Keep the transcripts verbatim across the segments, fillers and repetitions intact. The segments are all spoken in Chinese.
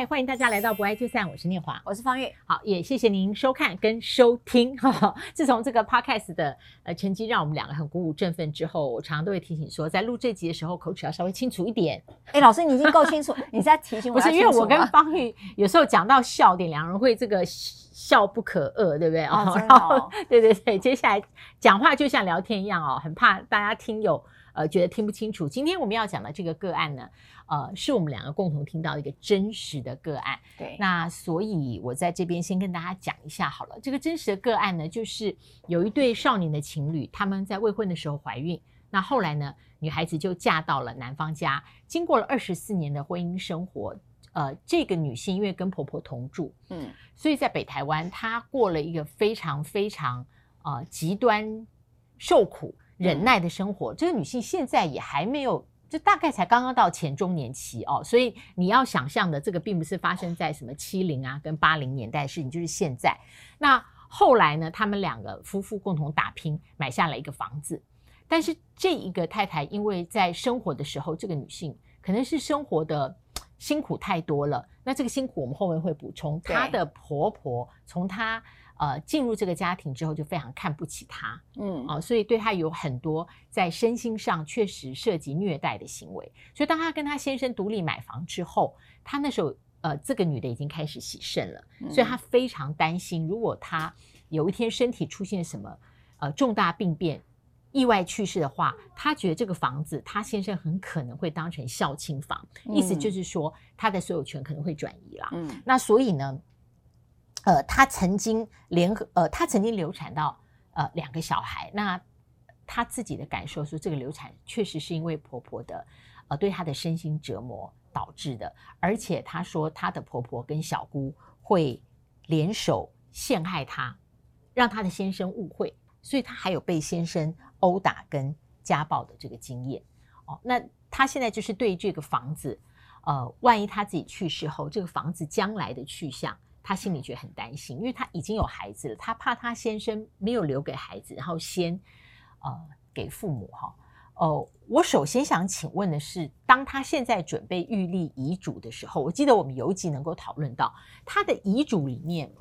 嗨，欢迎大家来到不爱就散，我是念华， 我是方月。 好，也谢谢您收看跟收听。自从这个 podcast 的呃成绩让我们两个很鼓舞振奋之后，我常常都会提醒说，在录这集的时候口齿要稍微清楚一点。 哎，老师你已经够清楚，你是在提醒我？ 不是，因为我跟方玉有时候讲到笑点，两人会这个笑不可遏，对不对？ 哦，真的、哦。 然后对对对，接下来讲话就像聊天一样哦，很怕大家听友呃觉得听不清楚。今天我们要讲的这个个案呢，呃，是我们两个共同听到的一个真实的个案。 对， 那所以我在这边先跟大家讲一下好了。这个真实的个案呢，就是有一对少年的情侣，他们在未婚的时候怀孕，那后来呢，女孩子就嫁到了男方家，经过了二十四年的婚姻生活。呃，这个女性因为跟婆婆同住，嗯，所以在北台湾，她过了一个非常非常呃极端受苦忍耐的生活。嗯、这个女性现在也还没有，就大概才刚刚到前中年期哦，所以你要想象的这个并不是发生在什么七零啊跟八零年代的事情，就是现在。那后来呢，他们两个夫妇共同打拼，买下了一个房子。但是这一个太太因为在生活的时候，这个女性可能是生活的辛苦太多了，那这个辛苦我们后面会补充。她的婆婆从她呃进入这个家庭之后就非常看不起她，嗯啊、呃，所以对她有很多在身心上确实涉及虐待的行为。所以当她跟她先生独立买房之后，她那时候呃这个女的已经开始洗肾了，嗯、所以她非常担心，如果她有一天身体出现什么呃重大病变。意外去世的话，他觉得这个房子他先生很可能会当成孝亲房，嗯、意思就是说他的所有权可能会转移啦。嗯，那所以呢，呃，他曾经联合呃，他曾经流产到呃两个小孩。那他自己的感受说，这个流产确实是因为婆婆的呃对他的身心折磨导致的，而且他说他的婆婆跟小姑会联手陷害他，让他的先生误会，所以他还有被先生殴打跟家暴的这个经验。哦，那他现在就是对这个房子，呃，万一他自己去世后，这个房子将来的去向，他心里觉得很担心，因为他已经有孩子了，他怕他先生没有留给孩子，然后先呃给父母哈。呃，我首先想请问的是，当他现在准备预立遗嘱的时候，我记得我们有一集能够讨论到他的遗嘱里面，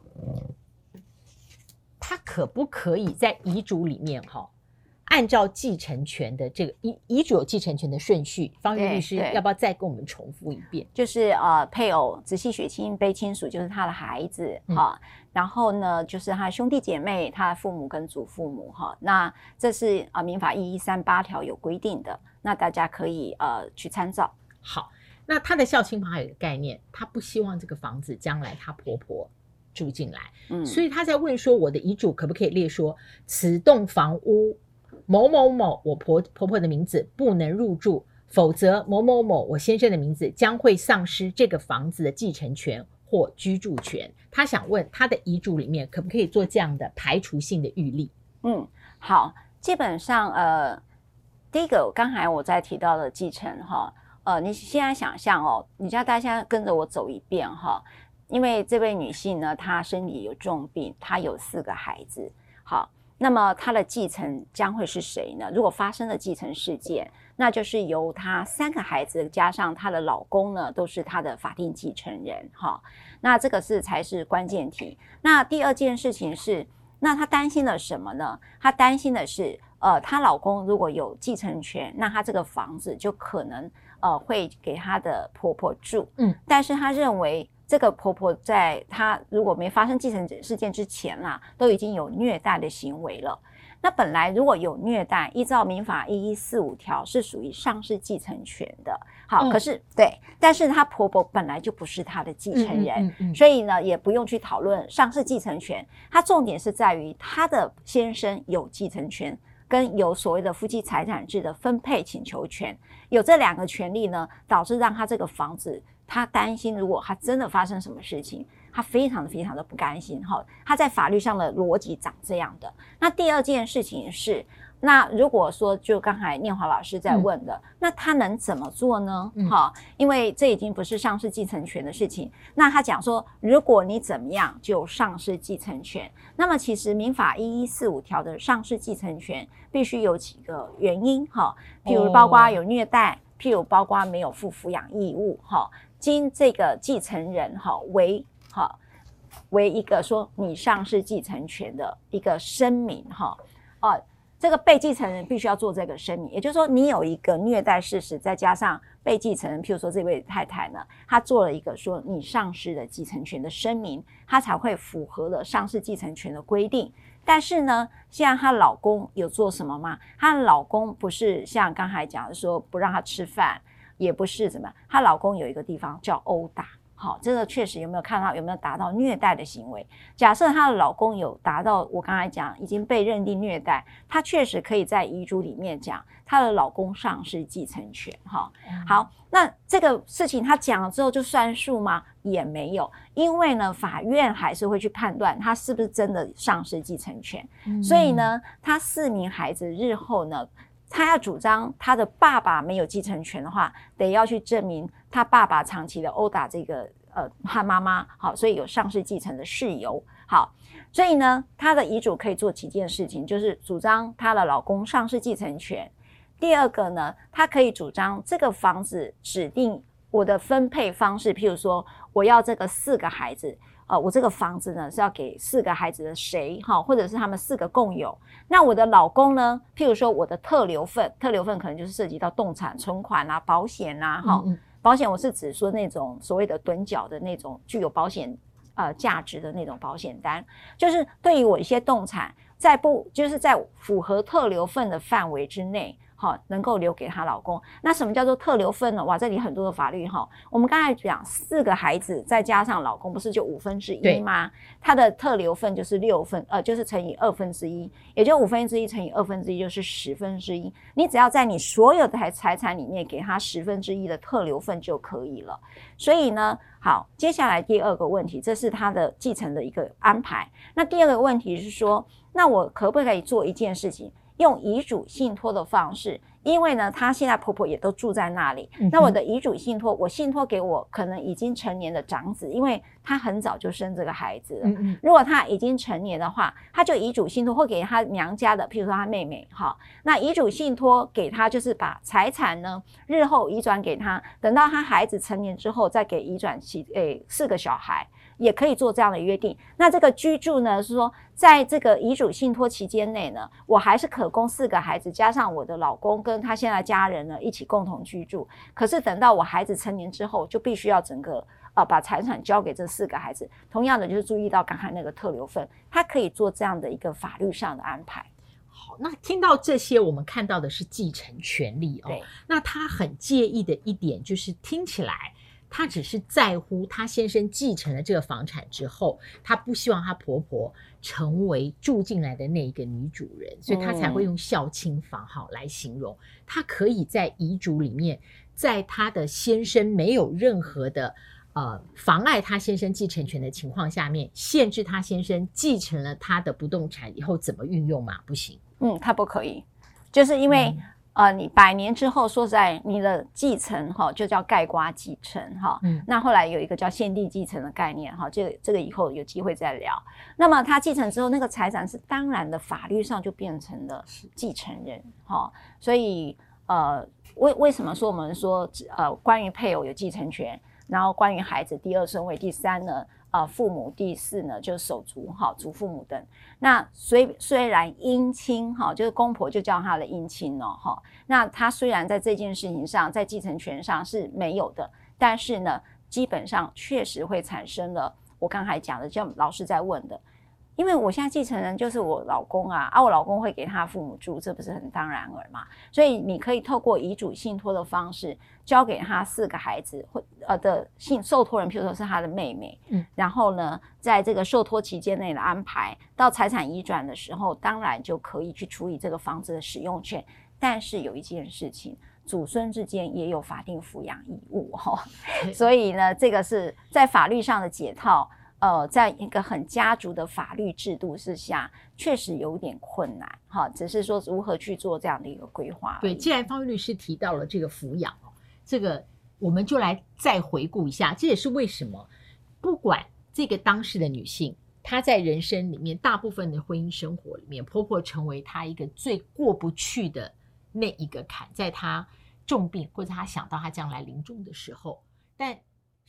他可不可以在遗嘱里面哈？按照继承权的这个遗遗嘱有继承权的顺序，方玉律师要不要再跟我们重复一遍？ 就是呃，配偶、直系血亲、卑亲属，就是他的孩子哈、嗯。然后呢，就是他的兄弟姐妹、他的父母跟祖父母哈。那这是呃民法一一三八条有规定的，那大家可以呃去参照。 好，那他的孝亲房还有一个概念，他不希望这个房子将来他婆婆住进来，嗯，所以他在问说，我的遗嘱可不可以列说，此栋房屋某某某我婆婆婆的名字不能入住，否则某某某我先生的名字将会丧失这个房子的继承权或居住权。他想问他的遗嘱里面可不可以做这样的排除性的预立？ 嗯，好，基本上呃，第一个刚才我在提到的继承哈，呃，你现在想象哦，你叫大家跟着我走一遍哈，因为这位女性呢，她身体有重病，她有四个孩子，好。那么她的继承将会是谁呢？如果发生了继承事件，那就是由她三个孩子加上她的老公呢，都是她的法定继承人哈。那这个是才是关键题。那第二件事情是，那她担心了什么呢？她担心的是，呃，她老公如果有继承权，那她这个房子就可能呃会给她的婆婆住。嗯，但是她认为。这个婆婆在她如果没发生继承事件之前啦，都已经有虐待的行为了。那本来如果有虐待，依照民法一一四五条是属于丧失继承权的。好，嗯、可是对，但是她婆婆本来就不是她的继承人，嗯嗯嗯嗯所以呢也不用去讨论丧失继承权。它重点是在于她的先生有继承权。跟有所谓的夫妻财产制的分配请求权，有这两个权利呢，导致让他这个房子，他担心如果他真的发生什么事情，他非常非常的不甘心哈。他在法律上的逻辑长这样的。那第二件事情是，那如果说就刚才念华老师在问的，嗯、那他能怎么做呢？哈、嗯，因为这已经不是丧失继承权的事情。那他讲说，如果你怎么样就丧失继承权，那么其实民法一一四五条的丧失继承权必须有几个原因哈，譬如包括有虐待，哦、譬如包括没有负抚养义务哈。 经这个继承人哈为哈为一个说你丧失继承权的一个声明哈啊。这个被继承人必须要做这个声明，也就是说，你有一个虐待事实，再加上被继承人，譬如说这位太太呢，她做了一个说你丧失了继承权的声明，她才会符合了丧失继承权的规定。但是呢，现在她老公有做什么吗？她老公不是像刚才讲的说不让她吃饭，也不是怎么样，她老公有一个地方叫殴打。好，这个确实有没有看到有没有达到虐待的行为？假设她的老公有达到我刚才讲已经被认定虐待，她确实可以在遗嘱里面讲她的老公丧失继承权。哈、嗯，好，那这个事情她讲了之后就算数吗？也没有，因为呢，法院还是会去判断他是不是真的丧失继承权。嗯、所以呢，他四名孩子日后呢。他要主张他的爸爸没有继承权的话，得要去证明他爸爸长期的殴打这个呃他妈妈，好，所以有丧失继承的事由。好，所以呢，他的遗嘱可以做几件事情，就是主张他的老公丧失继承权。第二个呢，他可以主张这个房子指定我的分配方式，譬如说我要这个四个孩子。呃，我这个房子呢是要给四个孩子的谁哈，或者是他们四个共有。那我的老公呢，譬如说我的特留份，特留份可能就是涉及到动产、存款啊、保险啊，哈、嗯嗯，保险我是指说那种所谓的趸缴的那种具有保险呃价值的那种保险单，就是对于我一些动产，在不就是在符合特留份的范围之内。好，能够留给她老公。那什么叫做特留份呢？哇，这里很多的法律哈。我们刚才讲四个孩子再加上老公，不是就五分之一吗？他的特留份就是六分，呃，就是乘以二分之一，也就五分之一乘以二分之一就是十分之一。你只要在你所有的财产里面给他十分之一的特留份就可以了。所以呢，好，接下来第二个问题，这是他的继承的一个安排。那第二个问题是说，那我可不可以做一件事情？用遗嘱信托的方式，因为呢，她现在婆婆也都住在那里。嗯、那我的遗嘱信托，我信托给我可能已经成年的长子，因为他很早就生这个孩子了。嗯嗯，如果他已经成年的话，他就遗嘱信托会给他娘家的，譬如说他妹妹，哈，那遗嘱信托给他就是把财产呢日后移转给他，等到他孩子成年之后再给移转其诶四个小孩。也可以做这样的约定。那这个居住呢，是说在这个遗嘱信托期间内呢，我还是可供四个孩子加上我的老公跟他现在家人呢一起共同居住。可是等到我孩子成年之后，就必须要整个呃把财产交给这四个孩子。同样的，就是注意到刚才那个特留份，他可以做这样的一个法律上的安排。 好，那听到这些，我们看到的是继承权利哦。 对， 那他很介意的一点就是听起来。她只是在乎她先生继承了这个房产之后，她不希望她婆婆成为住进来的那一个女主人，所以她才会用孝亲房号来形容。她可以在遗嘱里面，在她的先生没有任何的呃妨碍她先生继承权的情况下面，限制她先生继承了她的不动产以后怎么运用吗？不行。 嗯，她不可以，就是因为、嗯呃，你百年之后，说实在，你的继承哈就叫概括继承哈。嗯，那后来有一个叫限定继承的概念哈，这个这个以后有机会再聊。那么他继承之后，那个财产是当然的，法律上就变成了继承人哈。所以呃，为为什么说我们说呃，关于配偶有继承权，然后关于孩子第二顺位，第三呢？呃，父母第四呢，就是手足哈，祖父母等。那虽虽然姻亲哈，就是公婆就叫他的姻亲哦哈。那他虽然在这件事情上，在继承权上是没有的，但是呢，基本上确实会产生了我刚才讲的，就老师在问的。因为我现在继承人就是我老公啊，啊，我老公会给他父母住，这不是很当然尔嘛？所以你可以透过遗嘱信托的方式，交给他四个孩子或呃的信受托人，譬如说是他的妹妹，嗯，然后呢，在这个受托期间内的安排，到财产移转的时候，当然就可以去处理这个房子的使用权。但是有一件事情，祖孙之间也有法定抚养义务哈、哦，所以呢，这个是在法律上的解套。呃，在一个很家族的法律制度之下，确实有点困难哈。只是说如何去做这样的一个规划。 对，既然方律师提到了这个抚养哦，这个我们就来再回顾一下，这也是为什么不管这个当事的女性，她在人生里面大部分的婚姻生活里面，婆婆成为她一个最过不去的那一个坎，在她重病或者她想到她将来临终的时候，但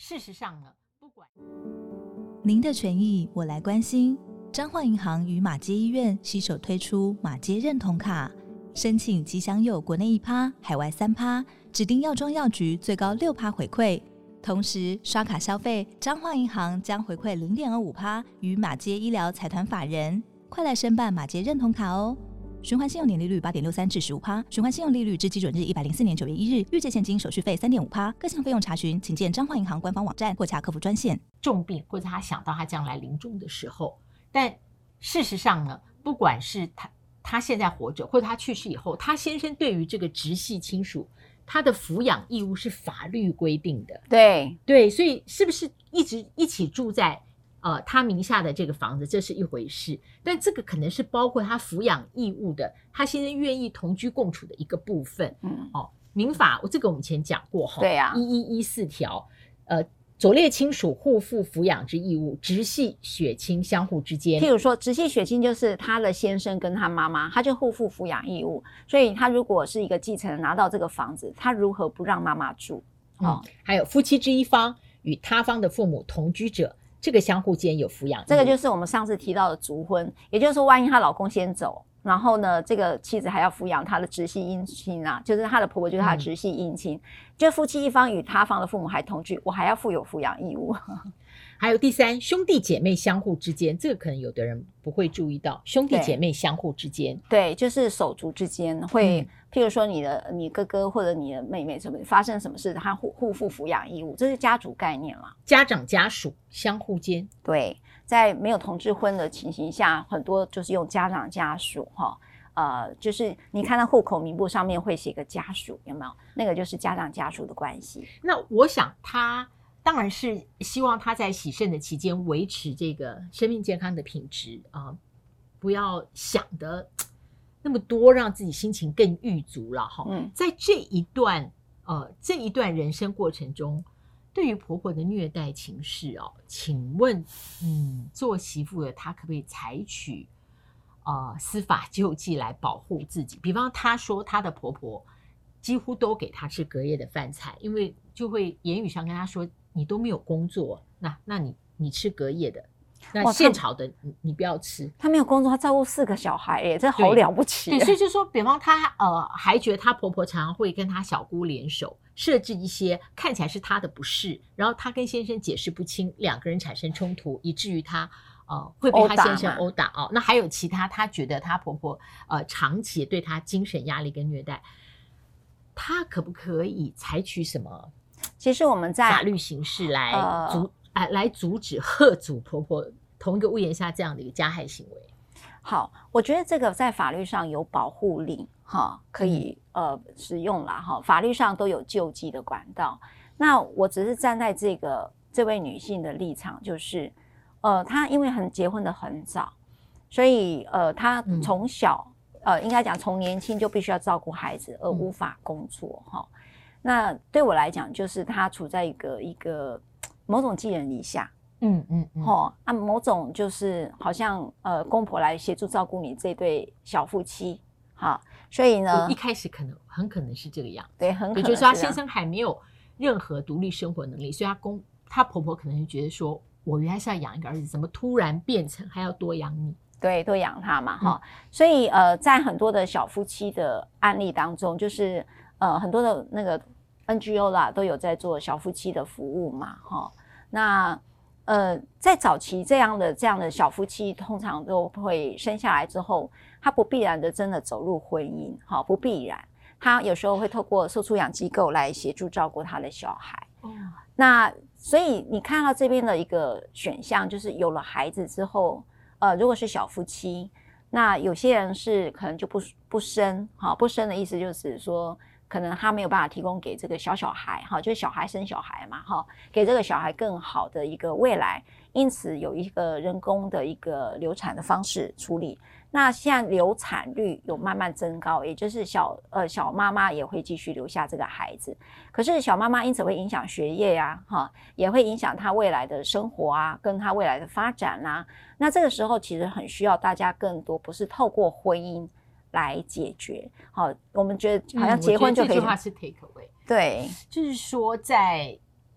事实上呢，不管您的权益我来关心。彰化银行与马偕医院携手推出马偕认同卡，申请即享有国内一趴、海外三趴，指定药妆药局最高六趴回馈。同时刷卡消费，彰化银行将回馈零点二五趴与马偕医疗财团法人。快来申办马偕认同卡哦！循环信用年利率八点六三至十五趴，循环信用利率至基准日一百零四年九月一日，预借现金手续费三点五趴，各项费用查询请见彰化银行官方网站或洽客服专线。 重病或者他想到他将来临终的时候，但事实上呢，不管是他他现在活着，或者他去世以后，他先生对于这个直系亲属，他的抚养义务是法律规定的。 对对，所以是不是一直一起住在呃他名下的这个房子，这是一回事，但这个可能是包括他抚养义务的，他先生愿意同居共处的一个部分。 嗯， 哦，民法这个我们以前讲过哈， 对啊， 一一一四条，呃。左列亲属互负抚养之义务，直系血亲相互之间。 譬如说，直系血亲就是他的先生跟他妈妈，他就互负抚养义务。所以，他如果是一个继承人拿到这个房子，他如何不让妈妈住？ 哦、嗯，还有夫妻之一方与他方的父母同居者，这个相互间有抚养义务。 这个就是我们上次提到的族婚，也就是说，万一她老公先走。然后呢，这个妻子还要抚养她的直系姻亲啊，就是她的婆婆就是她的直系姻亲，嗯、就夫妻一方与他方的父母还同居，我还要负有抚养义务。 还有第三，兄弟姐妹相互之间，这个可能有的人不会注意到，兄弟姐妹相互之间， 对，就是手足之间会，嗯、譬如说你的你哥哥或者你的妹妹什么发生什么事，他互互负抚养义务，这是家族概念啦。 家长家属相互间， 对。在没有同志婚的情形下，很多就是用家长家属哈，呃，就是你看到户口名簿上面会写个家属，有没有？那个就是家长家属的关系。 那我想他当然是希望他在洗肾的期间维持这个生命健康的品质啊、呃，不要想的那么多，让自己心情更郁足了哈。嗯，在这一段呃这一段人生过程中。对于婆婆的虐待情事哦，请问，嗯，做媳妇的她可不可以采取呃司法救济来保护自己？比方她说她的婆婆几乎都给她吃隔夜的饭菜，因为就会言语上跟她说你都没有工作，那那你你吃隔夜的，那现炒的你你不要吃。 她没有工作，她照顾四个小孩耶，这好了不起。 对，所以就说，比方她呃还觉得她婆婆常常会跟她小姑联手。设置一些看起来是她的不是，然后她跟先生解释不清，两个人产生冲突，以至于她呃会被她先生殴打哦。那还有其他，她觉得她婆婆呃长期对她精神压力跟虐待，她可不可以采取什么？ 其实我们在法律形式来阻呃来阻止嚇阻婆婆同一个屋檐下这样的一个加害行为。 好，我觉得这个在法律上有保护令哈，可以、嗯、呃使用啦哈，法律上都有救济的管道。那我只是站在这个这位女性的立场，就是呃，她因为很结婚的很早，所以呃，她从小、嗯、呃，应该讲从年轻就必须要照顾孩子，而无法工作哈、嗯。那对我来讲，就是她处在一个一个某种寄人篱下。 嗯嗯嗯， 哦，啊，某种就是好像呃，公婆来协助照顾你这对小夫妻，好，所以呢， 一开始可能很可能是这个样子， 对，很可能是、啊， 也就是说，他先生还没有任何独立生活能力，所以他公他婆婆可能就觉得说，我原来是要养一个儿子，怎么突然变成还要多养你？ 对，多养他嘛，哈、嗯，所以呃，在很多的小夫妻的案例当中，就是呃，很多的那个 N G O 啦，都有在做小夫妻的服务嘛，哈，那。呃，在早期这样的这样的小夫妻，通常都会生下来之后，他不必然的真的走入婚姻，好，不必然，他有时候会透过受出养机构来协助照顾他的小孩。哦，那所以你看到这边的一个选项，就是有了孩子之后，呃，如果是小夫妻，那有些人是可能就不不生，好，不生的意思就是说。可能他没有办法提供给这个小小孩哈，就是小孩生小孩嘛哈，给这个小孩更好的一个未来，因此有一个人工的一个流产的方式处理。那现在流产率有慢慢增高，也就是小呃小妈妈也会继续留下这个孩子，可是小妈妈因此会影响学业呀、啊、哈，也会影响她未来的生活啊，跟她未来的发展啊。那这个时候其实很需要大家更多不是透过婚姻。来解决，好，我们觉得好像结婚就可以。 嗯、这句话是 take away， 对， 就是说在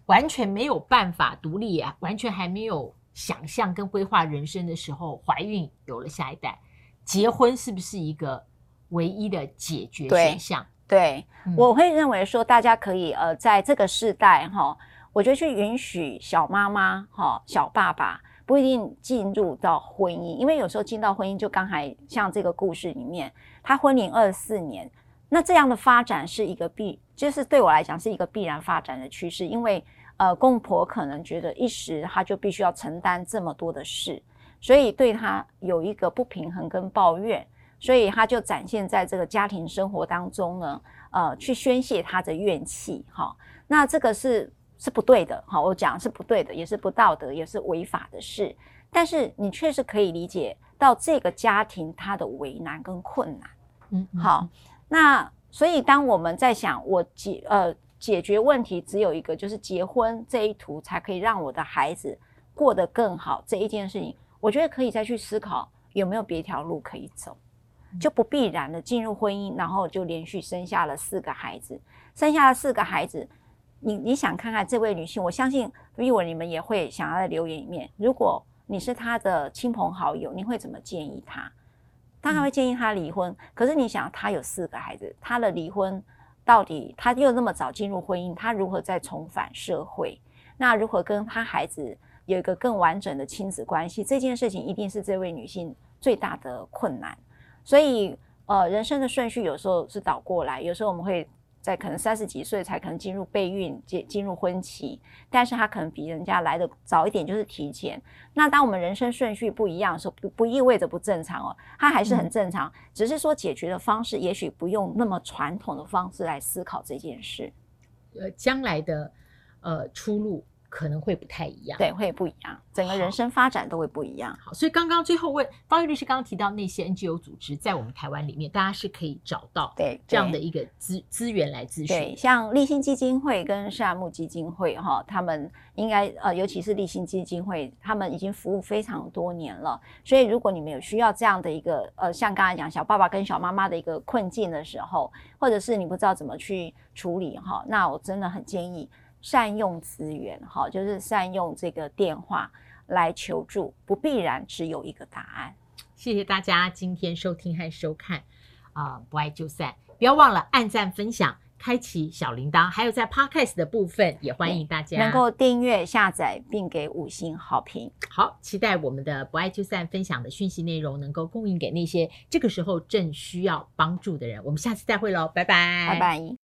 完全没有办法独立啊，完全还没有想象跟规划人生的时候，怀孕有了下一代，结婚是不是一个唯一的解决选项？ 对， 嗯、 我会认为说，大家可以呃，在这个世代哈，我觉得去允许小妈妈哈、小爸爸不一定进入到婚姻，因为有时候进到婚姻，就刚才像这个故事里面，他婚龄二十四年，那这样的发展是一个必，就是对我来讲是一个必然发展的趋势，因为呃，公婆可能觉得一时他就必须要承担这么多的事，所以对他有一个不平衡跟抱怨。所以他就展现在这个家庭生活当中呢，呃，去宣泄他的怨气，哈。那这个是是不对的，哈，我讲是不对的，也是不道德，也是违法的事。但是你确实可以理解到这个家庭他的为难跟困难， 嗯， 好。那所以当我们在想我解呃解决问题只有一个，就是结婚这一途才可以让我的孩子过得更好这一件事情，我觉得可以再去思考有没有别条路可以走。就不必然的进入婚姻，然后就连续生下了四个孩子，生下了四个孩子，你你想看看这位女性，我相信如果你们也会想要在留言里面，如果你是她的亲朋好友，你会怎么建议她？当然会建议她离婚，可是你想她有四个孩子，她的离婚到底她又那么早进入婚姻，她如何再重返社会？那如何跟她孩子有一个更完整的亲子关系？这件事情一定是这位女性最大的困难。所以呃，人生的顺序有时候是倒过来，有时候我们会在可能三十几岁才可能进入备孕，进进入婚期，但是他可能比人家来的早一点，就是提前。那当我们人生顺序不一样的时候，不不意味着不正常哦，它还是很正常，嗯、只是说解决的方式也许不用那么传统的方式来思考这件事。 呃，将来的呃出路可能会不太一样， 对，会不一样，整个人生发展都会不一样。 好，所以刚刚最后问方玉律师刚刚提到那些 N G O 组织，在我们台湾里面，大家是可以找到对这样的一个资资源来咨询。 对，像立新基金会跟善牧基金会哈，他们应该呃，尤其是立新基金会，他们已经服务非常多年了。所以如果你们有需要这样的一个呃，像刚才讲小爸爸跟小妈妈的一个困境的时候，或者是你不知道怎么去处理哈，那我真的很建议。善用资源，哈，就是善用这个电话来求助，不必然只有一个答案。 谢谢大家今天收听和收看啊、呃，不爱就散，不要忘了按赞、分享、开启小铃铛，还有在 Podcast 的部分也欢迎大家能够订阅、下载并给五星好评。 好，期待我们的不爱就散分享的讯息内容能够供应给那些这个时候正需要帮助的人。我们下次再会喽，拜拜， 拜拜。